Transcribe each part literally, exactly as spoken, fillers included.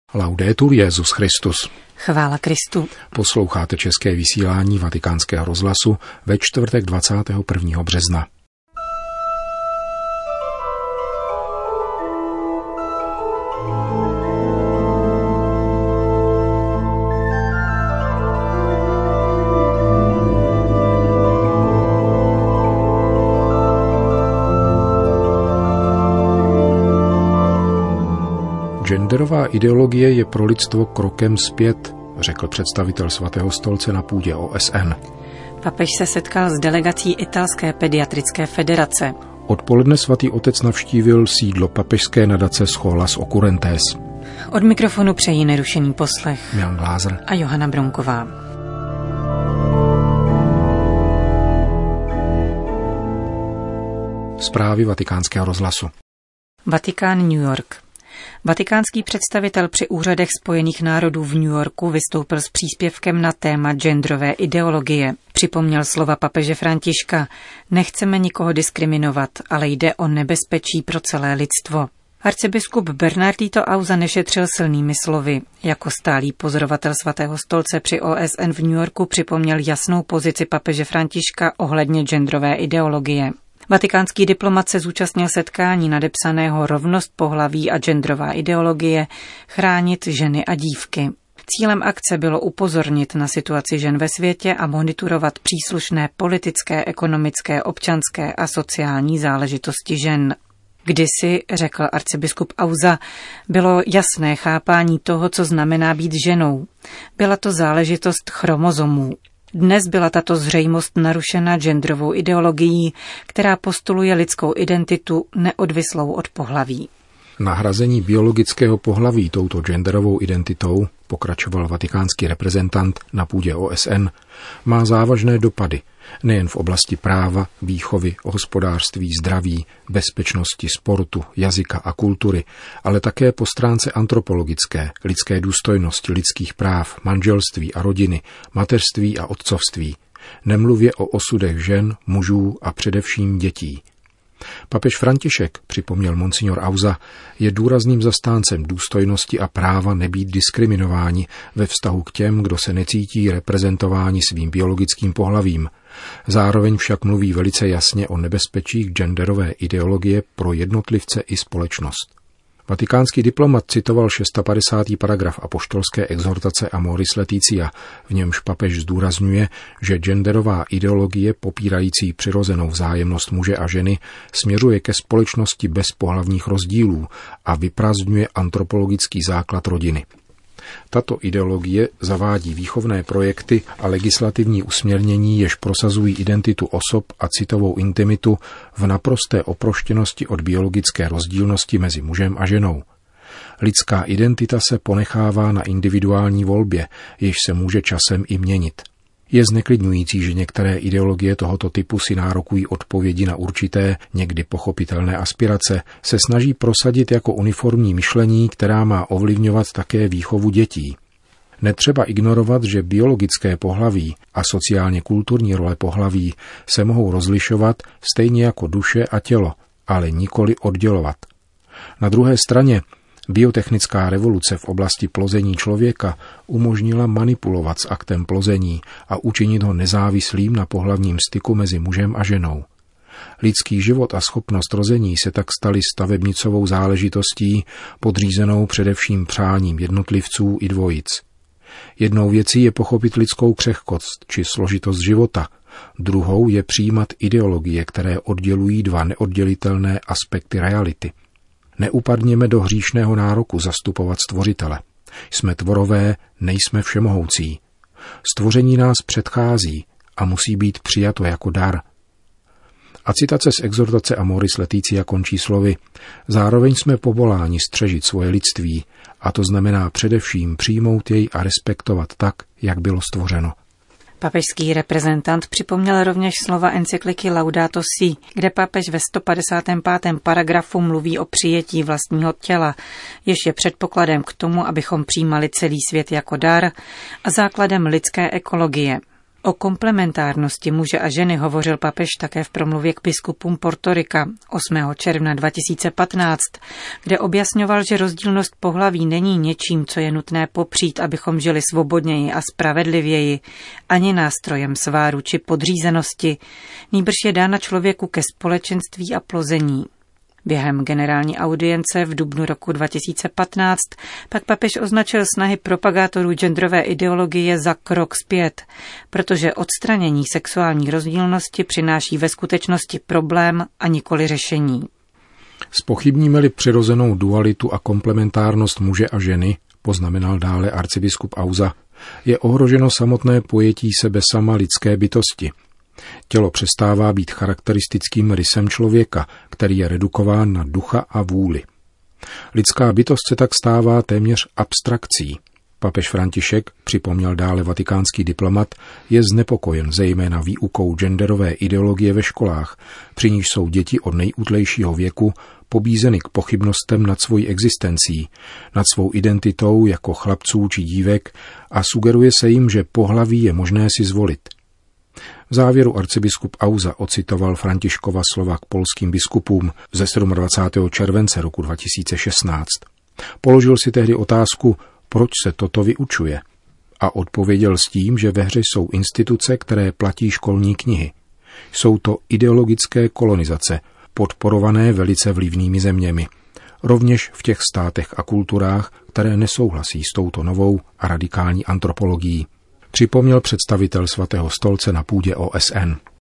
Laudetur Jesus Christus. Chvála Kristu. Posloucháte české vysílání Vatikánského rozhlasu ve čtvrtek dvacátého prvního března. Genderová ideologie je pro lidstvo krokem zpět, řekl představitel Svatého stolce na půdě O S N. Papež se setkal s delegací Italské pediatrické federace. Odpoledne svatý otec navštívil sídlo papežské nadace Scholas Occurrentes. Od mikrofonu přejí nerušený poslech Jan Glázer a Johana Bronková. Zprávy Vatikánského rozhlasu. Vatikán, New York. Vatikánský představitel při úřadech Spojených národů v New Yorku vystoupil s příspěvkem na téma genderové ideologie. Připomněl slova papeže Františka: nechceme nikoho diskriminovat, ale jde o nebezpečí pro celé lidstvo. Arcibiskup Bernardito Auza nešetřil silnými slovy. Jako stálý pozorovatel Svatého stolce při O S N v New Yorku připomněl jasnou pozici papeže Františka ohledně genderové ideologie. Vatikánský diplomat se zúčastnil setkání nadepsaného Rovnost pohlaví a genderová ideologie, chránit ženy a dívky. Cílem akce bylo upozornit na situaci žen ve světě a monitorovat příslušné politické, ekonomické, občanské a sociální záležitosti žen. Kdysi, řekl arcibiskup Auza, bylo jasné chápání toho, co znamená být ženou. Byla to záležitost chromozomů. Dnes byla tato zřejmost narušena genderovou ideologií, která postuluje lidskou identitu neodvislou od pohlaví. Nahrazení biologického pohlaví touto genderovou identitou, pokračoval vatikánský reprezentant na půdě O S N, má závažné dopady nejen v oblasti práva, výchovy, hospodářství, zdraví, bezpečnosti, sportu, jazyka a kultury, ale také po stránce antropologické, lidské důstojnosti, lidských práv, manželství a rodiny, mateřství a otcovství, nemluvě o osudech žen, mužů a především dětí. Papež František, připomněl monsignor Auza, je důrazným zastáncem důstojnosti a práva nebýt diskriminováni ve vztahu k těm, kdo se necítí reprezentováni svým biologickým pohlavím. Zároveň však mluví velice jasně o nebezpečích genderové ideologie pro jednotlivce i společnost. Vatikánský diplomat citoval padesátý šestý paragraf apoštolské exhortace Amoris Laetitia, v němž papež zdůrazňuje, že genderová ideologie popírající přirozenou vzájemnost muže a ženy směřuje ke společnosti bez pohlavních rozdílů a vyprazdňuje antropologický základ rodiny. Tato ideologie zavádí výchovné projekty a legislativní usměrnění, jež prosazují identitu osob a citovou intimitu v naprosté oproštěnosti od biologické rozdílnosti mezi mužem a ženou. Lidská identita se ponechává na individuální volbě, jež se může časem i měnit. Je zneklidňující, že některé ideologie tohoto typu si nárokují odpovědi na určité, někdy pochopitelné aspirace, se snaží prosadit jako uniformní myšlení, která má ovlivňovat také výchovu dětí. Netřeba ignorovat, že biologické pohlaví a sociálně kulturní role pohlaví se mohou rozlišovat stejně jako duše a tělo, ale nikoli oddělovat. Na druhé straně biotechnická revoluce v oblasti plození člověka umožnila manipulovat s aktem plození a učinit ho nezávislým na pohlavním styku mezi mužem a ženou. Lidský život a schopnost rození se tak staly stavebnicovou záležitostí, podřízenou především přáním jednotlivců i dvojic. Jednou věcí je pochopit lidskou křehkost či složitost života, druhou je přijímat ideologie, které oddělují dva neoddělitelné aspekty reality. Neupadněme do hříšného nároku zastupovat stvořitele. Jsme tvorové, nejsme všemohoucí. Stvoření nás předchází a musí být přijato jako dar. A citace z exhortace Amoris Laetitia končí slovy: zároveň jsme povoláni střežit svoje lidství, a to znamená především přijmout jej a respektovat tak, jak bylo stvořeno. Papežský reprezentant připomněl rovněž slova encykliky Laudato Si, kde papež ve sto padesátém pátém paragrafu mluví o přijetí vlastního těla, jež je předpokladem k tomu, abychom přijímali celý svět jako dar a základem lidské ekologie. O komplementárnosti muže a ženy hovořil papež také v promluvě k biskupům Portorika osmého června dva tisíce patnáct, kde objasňoval, že rozdílnost pohlaví není něčím, co je nutné popřít, abychom žili svobodněji a spravedlivěji, ani nástrojem sváru či podřízenosti, nýbrž je dána člověku ke společenství a plození. Během generální audience v dubnu roku dva tisíce patnáct pak papež označil snahy propagátorů genderové ideologie za krok zpět, protože odstranění sexuální rozdílnosti přináší ve skutečnosti problém a nikoli řešení. Zpochybníme-li přirozenou dualitu a komplementárnost muže a ženy, poznamenal dále arcibiskup Auza, je ohroženo samotné pojetí sebe sama lidské bytosti. Tělo přestává být charakteristickým rysem člověka, který je redukován na ducha a vůli. Lidská bytost se tak stává téměř abstrakcí. Papež František, připomněl dále vatikánský diplomat, je znepokojen zejména výukou genderové ideologie ve školách, při níž jsou děti od nejútlejšího věku pobízeny k pochybnostem nad svojí existencí, nad svou identitou jako chlapců či dívek a sugeruje se jim, že pohlaví je možné si zvolit. V závěru arcibiskup Auza ocitoval Františkova slova k polským biskupům ze dvacátého sedmého července roku dva tisíce šestnáct. Položil si tehdy otázku, proč se toto vyučuje, a odpověděl s tím, že ve hře jsou instituce, které platí školní knihy. Jsou to ideologické kolonizace, podporované velice vlivnými zeměmi, rovněž v těch státech a kulturách, které nesouhlasí s touto novou a radikální antropologií, připomněl představitel Svatého stolce na půdě O S N.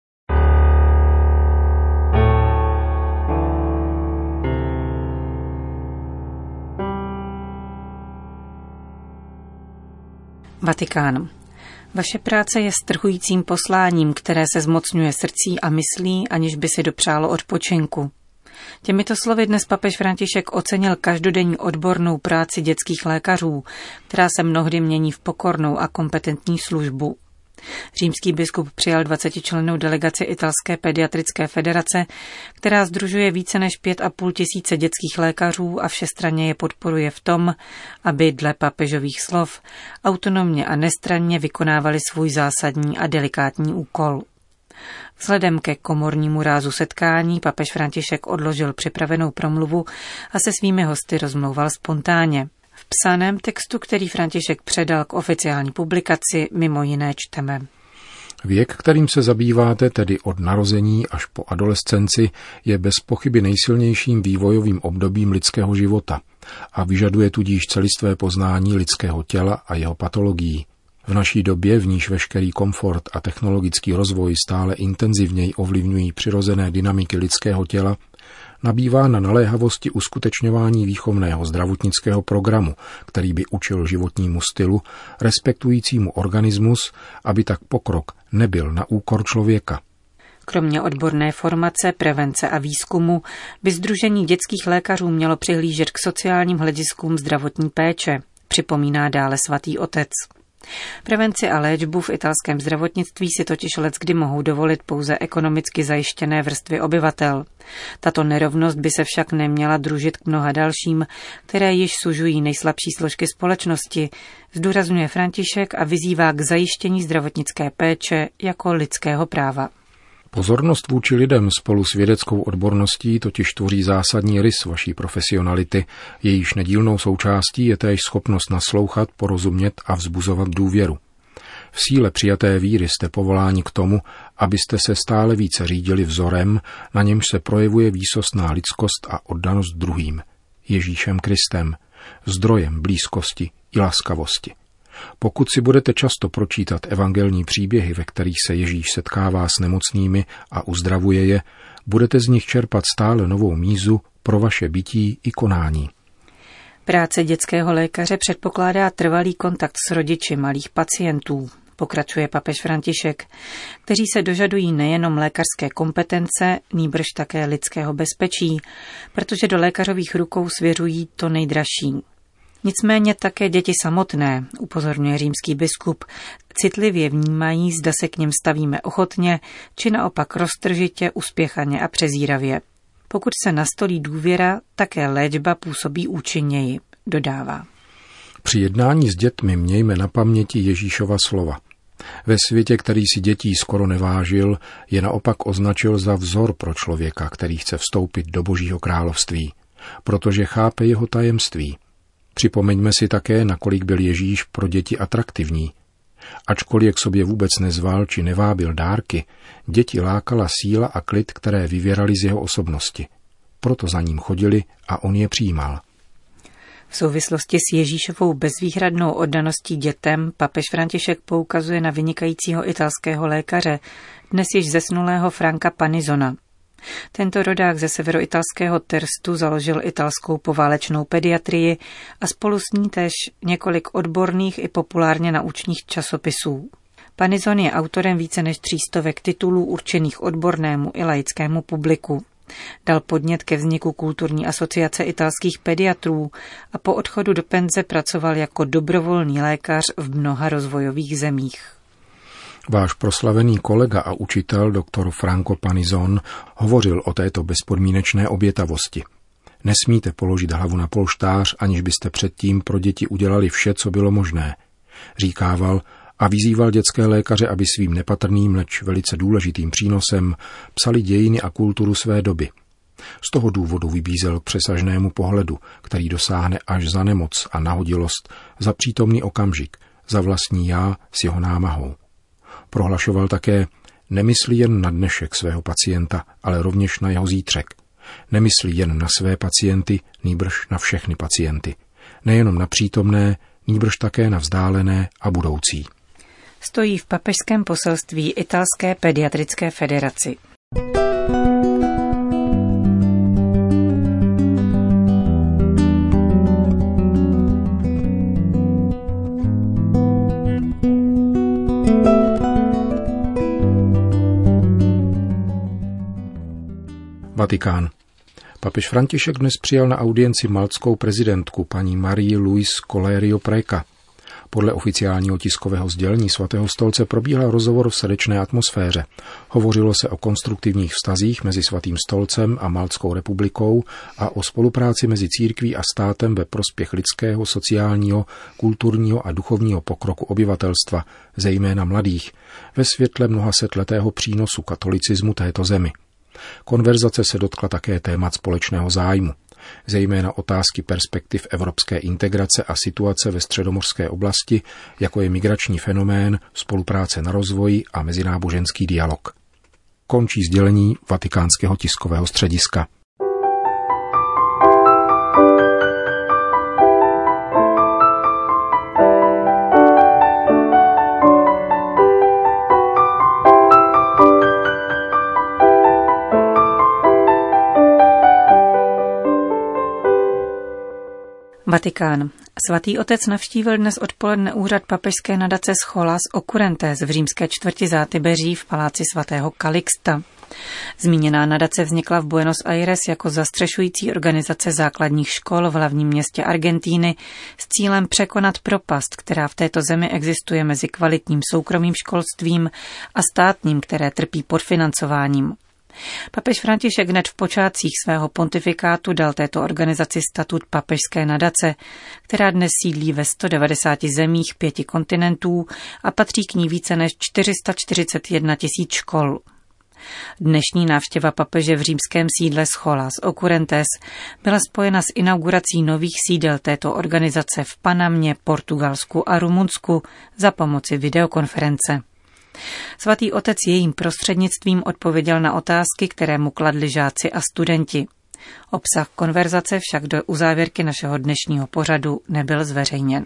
Vatikán. Vaše práce je strhujícím posláním, které se zmocňuje srdcí a myslí, aniž by si dopřálo odpočinku. Těmito slovy dnes papež František ocenil každodenní odbornou práci dětských lékařů, která se mnohdy mění v pokornou a kompetentní službu. Římský biskup přijal dvacetičlennou delegaci Italské pediatrické federace, která sdružuje více než pět a půl tisíce dětských lékařů a všestranně je podporuje v tom, aby dle papežových slov autonomně a nestranně vykonávali svůj zásadní a delikátní úkol. Vzhledem ke komornímu rázu setkání papež František odložil připravenou promluvu a se svými hosty rozmlouval spontánně. V psaném textu, který František předal k oficiální publikaci, mimo jiné čteme. Věk, kterým se zabýváte, tedy od narození až po adolescenci, je bez pochyby nejsilnějším vývojovým obdobím lidského života a vyžaduje tudíž celistvé poznání lidského těla a jeho patologií. V naší době, v níž veškerý komfort a technologický rozvoj stále intenzivněji ovlivňují přirozené dynamiky lidského těla, nabývá na naléhavosti uskutečňování výchovného zdravotnického programu, který by učil životnímu stylu, respektujícímu organismus, aby tak pokrok nebyl na úkor člověka. Kromě odborné formace, prevence a výzkumu by Sdružení dětských lékařů mělo přihlížet k sociálním hlediskům zdravotní péče, připomíná dále svatý otec. Prevenci a léčbu v italském zdravotnictví si totiž leckdy mohou dovolit pouze ekonomicky zajištěné vrstvy obyvatel. Tato nerovnost by se však neměla družit k mnoha dalším, které již sužují nejslabší složky společnosti, zdůrazňuje František a vyzývá k zajištění zdravotnické péče jako lidského práva. Pozornost vůči lidem spolu s vědeckou odborností totiž tvoří zásadní rys vaší profesionality, jejíž nedílnou součástí je též schopnost naslouchat, porozumět a vzbuzovat důvěru. V síle přijaté víry jste povoláni k tomu, abyste se stále více řídili vzorem, na němž se projevuje výsostná lidskost a oddanost druhým, Ježíšem Kristem, zdrojem blízkosti i laskavosti. Pokud si budete často pročítat evangelní příběhy, ve kterých se Ježíš setkává s nemocnými a uzdravuje je, budete z nich čerpat stále novou mízu pro vaše bytí i konání. Práce dětského lékaře předpokládá trvalý kontakt s rodiči malých pacientů, pokračuje papež František, kteří se dožadují nejenom lékařské kompetence, nýbrž také lidského bezpečí, protože do lékařových rukou svěřují to nejdražší. Nicméně také děti samotné, upozorňuje římský biskup, citlivě vnímají, zda se k nim stavíme ochotně, či naopak roztržitě, uspěchaně a přezíravě. Pokud se nastolí důvěra, také léčba působí účinněji, dodává. Při jednání s dětmi mějme na paměti Ježíšova slova. Ve světě, který si dětí skoro nevážil, je naopak označil za vzor pro člověka, který chce vstoupit do Božího království, protože chápe jeho tajemství. Připomeňme si také, nakolik byl Ježíš pro děti atraktivní. Ačkoliv je k sobě vůbec nezval či nevábil dárky, děti lákala síla a klid, které vyvěraly z jeho osobnosti. Proto za ním chodili a on je přijímal. V souvislosti s Ježíšovou bezvýhradnou oddaností dětem papež František poukazuje na vynikajícího italského lékaře, dnes již zesnulého Franka Panizona. Tento rodák ze severoitalského Terstu založil italskou poválečnou pediatrii a spolu s ní též několik odborných i populárně naučných časopisů. Panizon je autorem více než třístovek titulů určených odbornému i laickému publiku. Dal podnět ke vzniku kulturní asociace italských pediatrů a po odchodu do penze pracoval jako dobrovolný lékař v mnoha rozvojových zemích. Váš proslavený kolega a učitel doktor Franco Panizon hovořil o této bezpodmínečné obětavosti. Nesmíte položit hlavu na polštář, aniž byste předtím pro děti udělali vše, co bylo možné. Říkával a vyzýval dětské lékaře, aby svým nepatrným, leč velice důležitým přínosem psali dějiny a kulturu své doby. Z toho důvodu vybízel k přesažnému pohledu, který dosáhne až za nemoc a nahodilost, za přítomný okamžik, za vlastní já s jeho námahou. Prohlašoval také, nemyslí jen na dnešek svého pacienta, ale rovněž na jeho zítřek. Nemyslí jen na své pacienty, nýbrž na všechny pacienty. Nejenom na přítomné, nýbrž také na vzdálené a budoucí. Stojí v papežském poselství Italské pediatrické federaci. Vatikán. Papež František dnes přijal na audienci maltskou prezidentku paní Marii Luis Colerio Preca. Podle oficiálního tiskového sdělení Svatého stolce probíhal rozhovor v srdečné atmosféře. Hovořilo se o konstruktivních vztazích mezi Svatým stolcem a Maltskou republikou a o spolupráci mezi církví a státem ve prospěch lidského, sociálního, kulturního a duchovního pokroku obyvatelstva, zejména mladých, ve světle mnohasetletého přínosu katolicismu této zemi. Konverzace se dotkla také témat společného zájmu, zejména otázky perspektiv evropské integrace a situace ve středomořské oblasti, jako je migrační fenomén, spolupráce na rozvoji a mezináboženský dialog. Končí sdělení Vatikánského tiskového střediska. Vatikán. Svatý otec navštívil dnes odpoledne úřad papežské nadace Scholas Occurrentes v římské čtvrti Zátybeří v paláci svatého Kalixta. Zmíněná nadace vznikla v Buenos Aires jako zastřešující organizace základních škol v hlavním městě Argentíny s cílem překonat propast, která v této zemi existuje mezi kvalitním soukromým školstvím a státním, které trpí podfinancováním. Papež František hned v počátcích svého pontifikátu dal této organizaci statut papežské nadace, která dnes sídlí ve sto devadesáti zemích pěti kontinentů a patří k ní více než čtyři sta čtyřicet jedna tisíc škol. Dnešní návštěva papeže v římském sídle Scholas Occurrentes byla spojena s inaugurací nových sídel této organizace v Panamě, Portugalsku a Rumunsku za pomoci videokonference. Svatý otec jejím prostřednictvím odpověděl na otázky, které mu kladli žáci a studenti. Obsah konverzace však do uzávěrky našeho dnešního pořadu nebyl zveřejněn.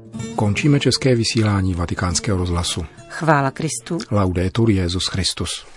Končíme české vysílání Vatikánského rozhlasu. Chvála Kristu. Laudetur Jesus Christus.